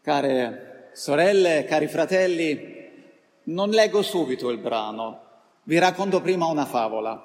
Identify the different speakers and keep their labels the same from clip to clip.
Speaker 1: Care sorelle, cari fratelli, non leggo subito il brano, vi racconto prima una favola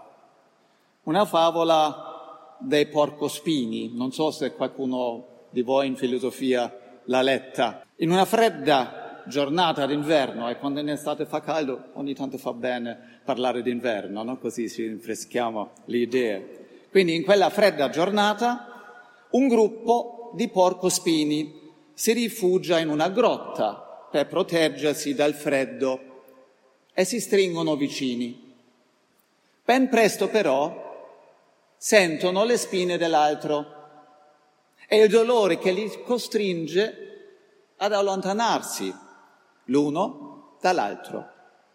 Speaker 1: dei porcospini. Non so se qualcuno di voi in filosofia l'ha letta. In una fredda giornata d'inverno, e quando in estate fa caldo, ogni tanto fa bene parlare d'inverno, no? Così ci rinfreschiamo le idee. Quindi in quella fredda giornata un gruppo di porcospini si rifugia in una grotta per proteggersi dal freddo e si stringono vicini. Ben presto però sentono le spine dell'altro e il dolore che li costringe ad allontanarsi l'uno dall'altro.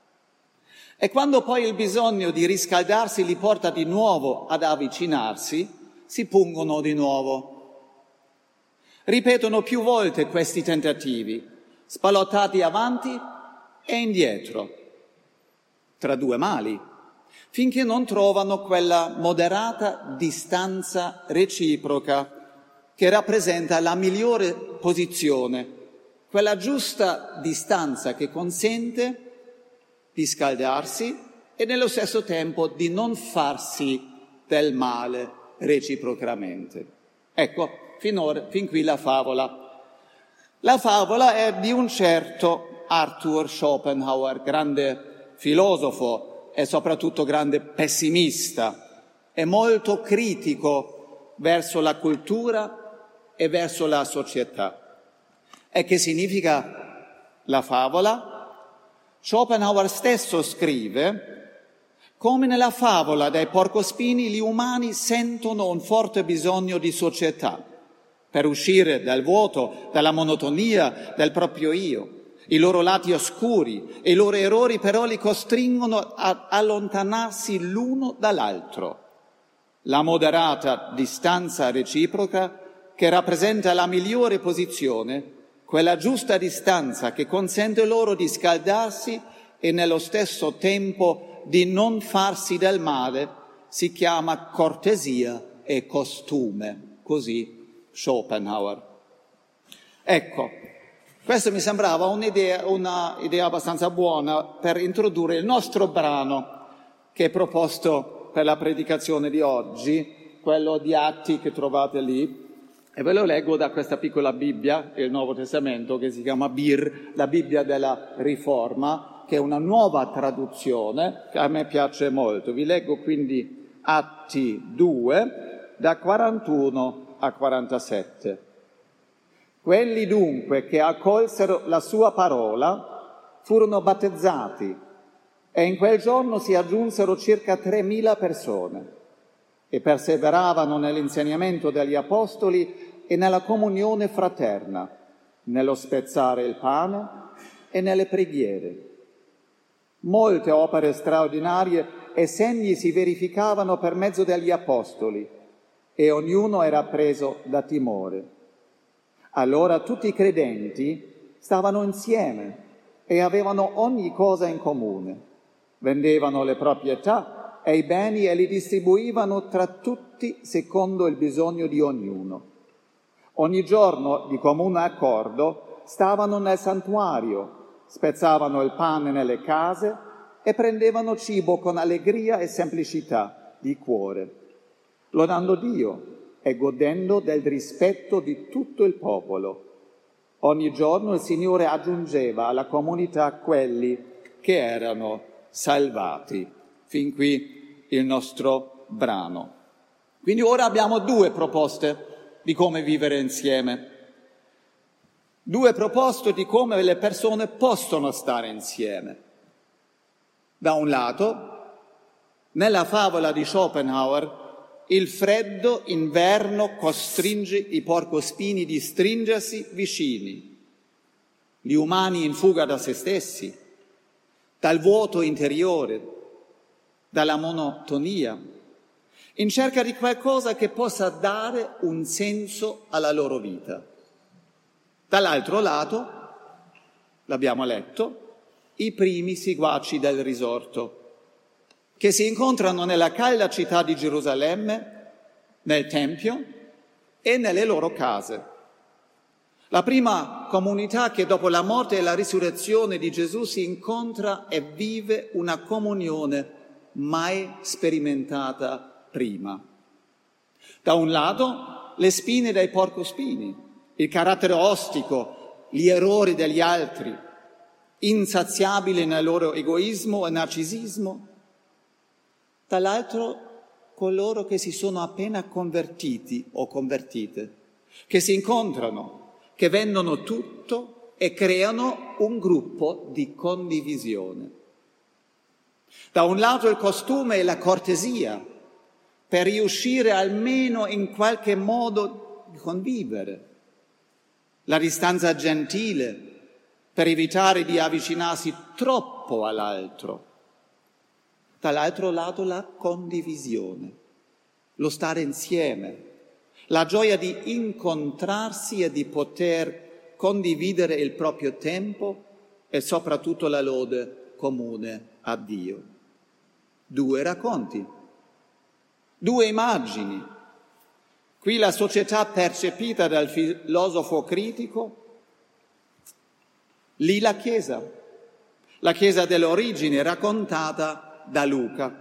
Speaker 1: E quando poi il bisogno di riscaldarsi li porta di nuovo ad avvicinarsi, si pungono di nuovo. Ripetono più volte questi tentativi, spallottati avanti e indietro, tra due mali, finché non trovano quella moderata distanza reciproca che rappresenta la migliore posizione, quella giusta distanza che consente di scaldarsi e nello stesso tempo di non farsi del male reciprocamente. Ecco, fin qui la favola. La favola è di un certo Arthur Schopenhauer, grande filosofo e soprattutto grande pessimista e molto critico verso la cultura e verso la società. E che significa la favola? Schopenhauer stesso scrive: come nella favola dei porcospini, gli umani sentono un forte bisogno di società per uscire dal vuoto, dalla monotonia del proprio io. I loro lati oscuri e i loro errori però li costringono ad allontanarsi l'uno dall'altro. La moderata distanza reciproca, che rappresenta la migliore posizione, quella giusta distanza che consente loro di scaldarsi e nello stesso tempo di non farsi del male, si chiama cortesia e costume, così Schopenhauer. Ecco, questo mi sembrava un'idea abbastanza buona per introdurre il nostro brano che è proposto per la predicazione di oggi, quello di Atti che trovate lì, e ve lo leggo da questa piccola Bibbia, il Nuovo Testamento, che si chiama BIR, la Bibbia della Riforma, che è una nuova traduzione che a me piace molto. Vi leggo quindi Atti 2, da 41 a 47. Quelli dunque che accolsero la sua parola furono battezzati e in quel giorno si aggiunsero circa 3.000 persone e perseveravano nell'insegnamento degli apostoli e nella comunione fraterna, nello spezzare il pane e nelle preghiere. Molte opere straordinarie e segni si verificavano per mezzo degli apostoli e ognuno era preso da timore. Allora tutti i credenti stavano insieme e avevano ogni cosa in comune. Vendevano le proprietà e i beni e li distribuivano tra tutti secondo il bisogno di ognuno. Ogni giorno, di comune accordo, stavano nel santuario, spezzavano il pane nelle case e prendevano cibo con allegria e semplicità di cuore, lodando Dio e godendo del rispetto di tutto il popolo. Ogni giorno il Signore aggiungeva alla comunità quelli che erano salvati. Fin qui il nostro brano. Quindi ora abbiamo due proposte di come vivere insieme. Due proposte di come le persone possono stare insieme. Da un lato, nella favola di Schopenhauer, il freddo inverno costringe i porcospini di stringersi vicini, gli umani in fuga da se stessi, dal vuoto interiore, dalla monotonia, in cerca di qualcosa che possa dare un senso alla loro vita. Dall'altro lato, l'abbiamo letto, i primi seguaci del risorto, che si incontrano nella calda città di Gerusalemme, nel Tempio e nelle loro case. La prima comunità che dopo la morte e la risurrezione di Gesù si incontra e vive una comunione mai sperimentata prima. Da un lato le spine dei porcospini, il carattere ostico, gli errori degli altri, insaziabili nel loro egoismo e narcisismo. Dall'altro coloro che si sono appena convertiti o convertite, che si incontrano, che vendono tutto e creano un gruppo di condivisione. Da un lato il costume e la cortesia, per riuscire almeno in qualche modo a convivere. La distanza gentile, per evitare di avvicinarsi troppo all'altro. Dall'altro lato la condivisione, lo stare insieme, la gioia di incontrarsi e di poter condividere il proprio tempo e soprattutto la lode comune a Dio. 2 racconti, 2 immagini. Qui la società percepita dal filosofo critico, lì la Chiesa dell'origine raccontata da Luca.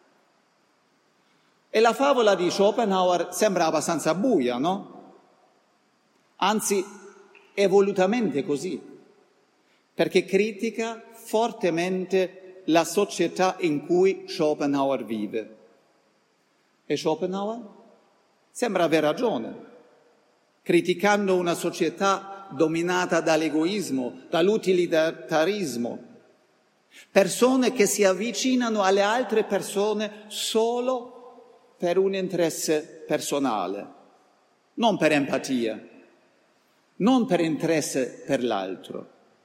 Speaker 1: E la favola di Schopenhauer sembra abbastanza buia, no? Anzi, è volutamente così, perché critica fortemente la società in cui Schopenhauer vive. E Schopenhauer sembra aver ragione, criticando una società dominata dall'egoismo, dall'utilitarismo, persone che si avvicinano alle altre persone solo per un interesse personale, non per empatia, non per interesse per l'altro.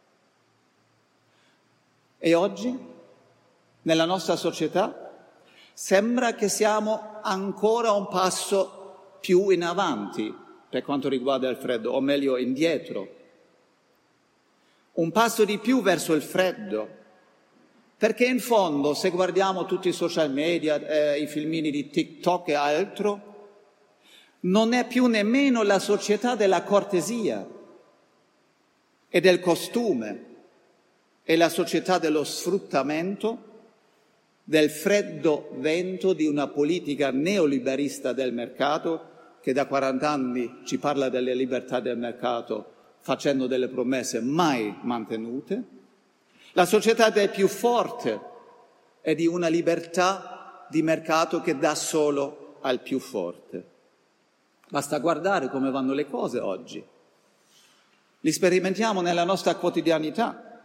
Speaker 1: E oggi, nella nostra società, sembra che siamo ancora un passo più in avanti per quanto riguarda il freddo, o meglio indietro. Un passo di più verso il freddo. Perché in fondo, se guardiamo tutti i social media, i filmini di TikTok e altro, non è più nemmeno la società della cortesia e del costume, è la società dello sfruttamento, del freddo vento di una politica neoliberista del mercato che da 40 anni ci parla delle libertà del mercato facendo delle promesse mai mantenute. La società del più forte è di una libertà di mercato che dà solo al più forte. Basta guardare come vanno le cose oggi. Li sperimentiamo nella nostra quotidianità.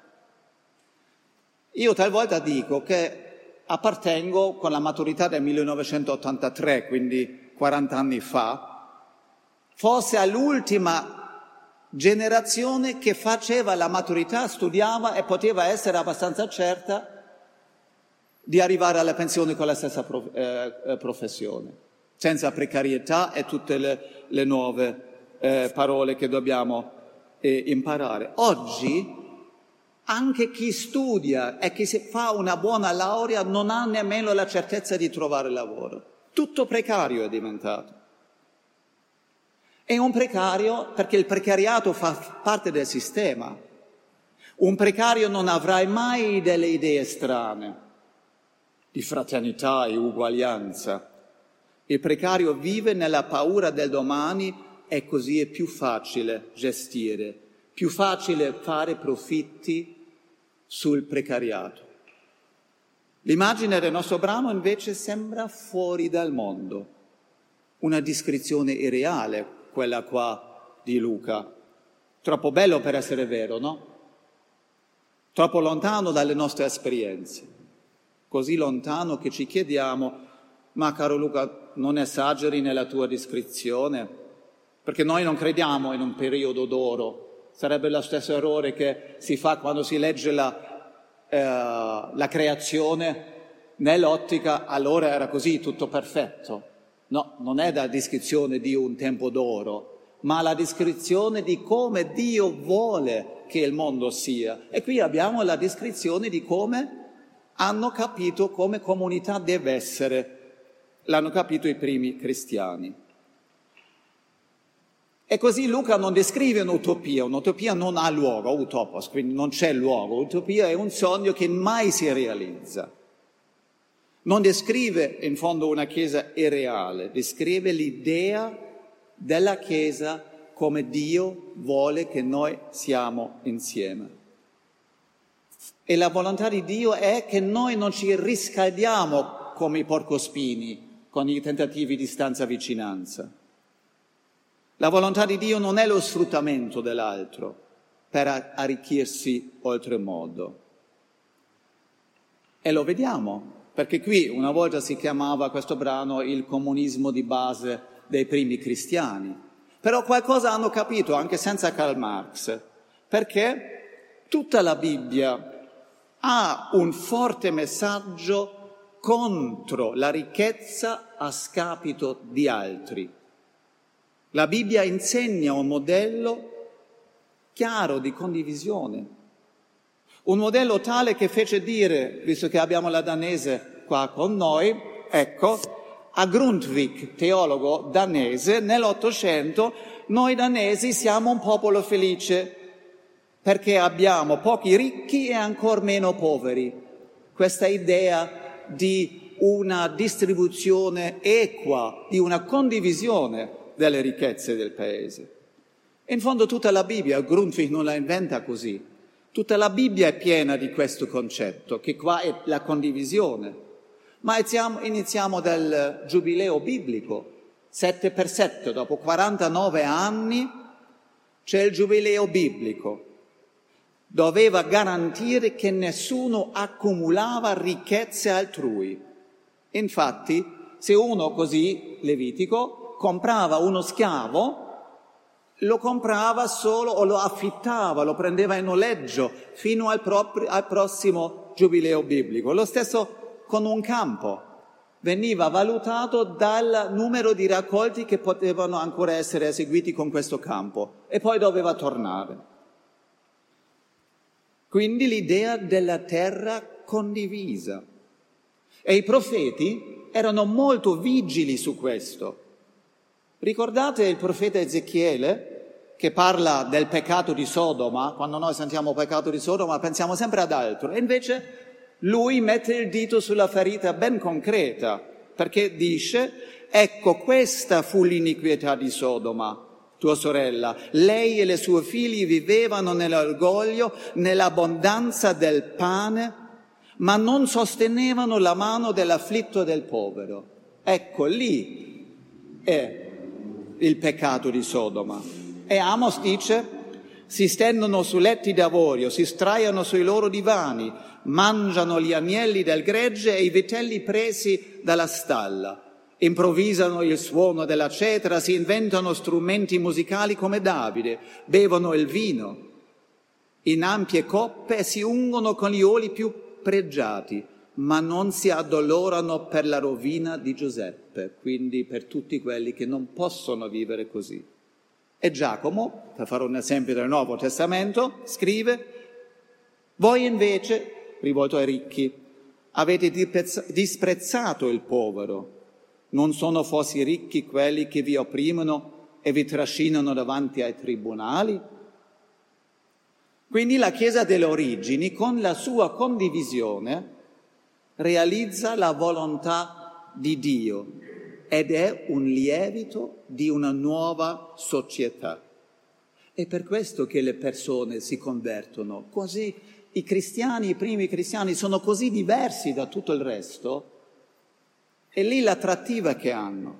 Speaker 1: Io talvolta dico che appartengo con la maturità del 1983, quindi 40 anni fa, forse all'ultima generazione che faceva la maturità, studiava e poteva essere abbastanza certa di arrivare alla pensione con la stessa professione, senza precarietà e tutte le nuove parole che dobbiamo imparare. Oggi anche chi studia e chi fa una buona laurea non ha nemmeno la certezza di trovare lavoro. Tutto precario è diventato. È un precario perché il precariato fa parte del sistema. Un precario non avrà mai delle idee strane di fraternità e uguaglianza. Il precario vive nella paura del domani e così è più facile gestire, più facile fare profitti sul precariato. L'immagine del nostro brano invece sembra fuori dal mondo, una descrizione irreale, quella qua di Luca. Troppo bello per essere vero, no? Troppo lontano dalle nostre esperienze. Così lontano che ci chiediamo, ma caro Luca, non esageri nella tua descrizione? Perché noi non crediamo in un periodo d'oro. Sarebbe lo stesso errore che si fa quando si legge la creazione nell'ottica, allora era così, tutto perfetto. No, non è la descrizione di un tempo d'oro, ma la descrizione di come Dio vuole che il mondo sia. E qui abbiamo la descrizione di come hanno capito come comunità deve essere. L'hanno capito i primi cristiani. E così Luca non descrive un'utopia non ha luogo, utopos, quindi non c'è luogo, utopia è un sogno che mai si realizza. Non descrive in fondo una Chiesa irreale, descrive l'idea della Chiesa come Dio vuole che noi siamo insieme. E la volontà di Dio è che noi non ci riscaldiamo come i porcospini con i tentativi di stanza-vicinanza. La volontà di Dio non è lo sfruttamento dell'altro per arricchirsi oltremodo. E lo vediamo, perché qui una volta si chiamava questo brano il comunismo di base dei primi cristiani. Però qualcosa hanno capito anche senza Karl Marx, perché tutta la Bibbia ha un forte messaggio contro la ricchezza a scapito di altri. La Bibbia insegna un modello chiaro di condivisione, un modello tale che fece dire, visto che abbiamo la danese qua con noi, ecco, a Grundtvig, teologo danese, nell'Ottocento, noi danesi siamo un popolo felice perché abbiamo pochi ricchi e ancor meno poveri. Questa idea di una distribuzione equa, di una condivisione delle ricchezze del paese. In fondo tutta la Bibbia, Grundtvig non la inventa così, tutta la Bibbia è piena di questo concetto, che qua è la condivisione. Ma iniziamo dal giubileo biblico, 7x7, dopo 49 anni c'è il giubileo biblico. Doveva garantire che nessuno accumulava ricchezze altrui. Infatti, se uno così, Levitico, comprava uno schiavo, lo comprava solo o lo affittava, lo prendeva in noleggio fino al prossimo giubileo biblico. Lo stesso con un campo. Veniva valutato dal numero di raccolti che potevano ancora essere eseguiti con questo campo e poi doveva tornare. Quindi l'idea della terra condivisa. E i profeti erano molto vigili su questo. Ricordate il profeta Ezechiele che parla del peccato di Sodoma? Quando noi sentiamo peccato di Sodoma pensiamo sempre ad altro. E invece lui mette il dito sulla ferita ben concreta, perché dice, ecco questa fu l'iniquità di Sodoma, tua sorella. Lei e le sue figlie vivevano nell'orgoglio, nell'abbondanza del pane, ma non sostenevano la mano dell'afflitto e del povero. Ecco, lì è il peccato di Sodoma. E Amos dice, si stendono su letti d'avorio, si straiano sui loro divani, mangiano gli agnelli del gregge e i vitelli presi dalla stalla, improvvisano il suono della cetera, si inventano strumenti musicali come Davide, bevono il vino in ampie coppe e si ungono con gli oli più pregiati, ma non si addolorano per la rovina di Giuseppe, quindi per tutti quelli che non possono vivere così. E Giacomo, per fare un esempio del Nuovo Testamento, scrive, voi invece, rivolto ai ricchi, avete disprezzato il povero. Non sono forse i ricchi quelli che vi opprimono e vi trascinano davanti ai tribunali? Quindi la Chiesa delle origini, con la sua condivisione, realizza la volontà di Dio ed è un lievito di una nuova società. È per questo che le persone si convertono. Così i cristiani, i primi cristiani, sono così diversi da tutto il resto. È lì l'attrattiva che hanno.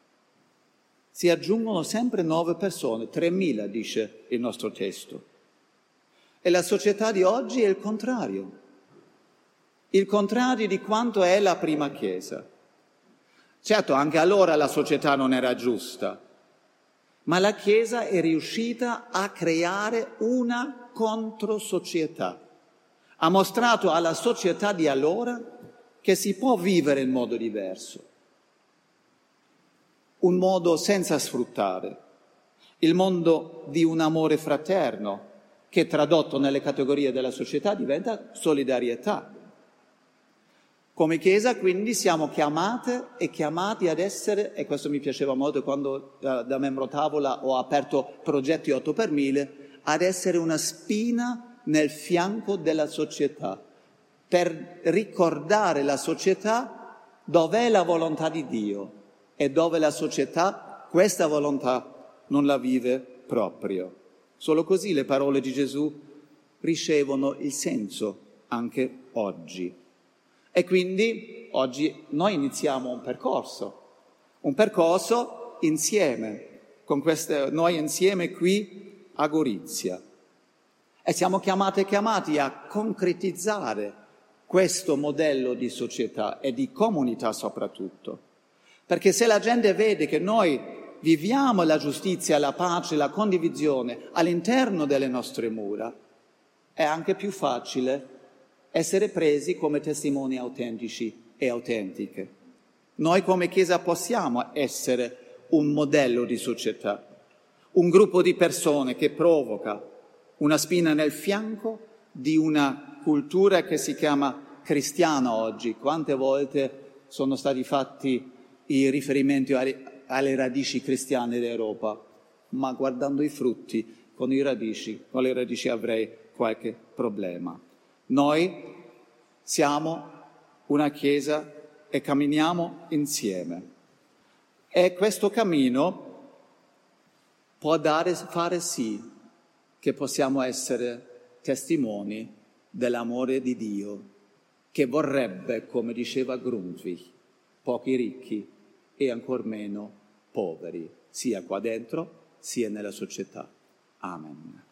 Speaker 1: Si aggiungono sempre 9 persone, 3.000 dice il nostro testo. E la società di oggi è il contrario di quanto è la prima Chiesa. Certo, anche allora la società non era giusta, ma la Chiesa è riuscita a creare una controsocietà. Ha mostrato alla società di allora che si può vivere in modo diverso, un modo senza sfruttare, il mondo di un amore fraterno che tradotto nelle categorie della società diventa solidarietà. Come Chiesa quindi siamo chiamate e chiamati ad essere, e questo mi piaceva molto quando da membro tavola ho aperto progetti 8 per 1000, ad essere una spina nel fianco della società, per ricordare la società dov'è la volontà di Dio e dove la società questa volontà non la vive proprio. Solo così le parole di Gesù ricevono il senso anche oggi. E quindi oggi noi iniziamo un percorso insieme, noi insieme qui a Gorizia. E siamo chiamati a concretizzare questo modello di società e di comunità soprattutto. Perché se la gente vede che noi viviamo la giustizia, la pace, la condivisione all'interno delle nostre mura, è anche più facile essere presi come testimoni autentici e autentiche. Noi come Chiesa possiamo essere un modello di società, un gruppo di persone che provoca una spina nel fianco di una cultura che si chiama cristiana oggi. Quante volte sono stati fatti i riferimenti alle radici cristiane d'Europa, ma guardando i frutti, con le radici avrei qualche problema. Noi siamo una Chiesa e camminiamo insieme. E questo cammino può fare sì che possiamo essere testimoni dell'amore di Dio, che vorrebbe, come diceva Grundtvig, pochi ricchi e ancor meno poveri, sia qua dentro sia nella società. Amen.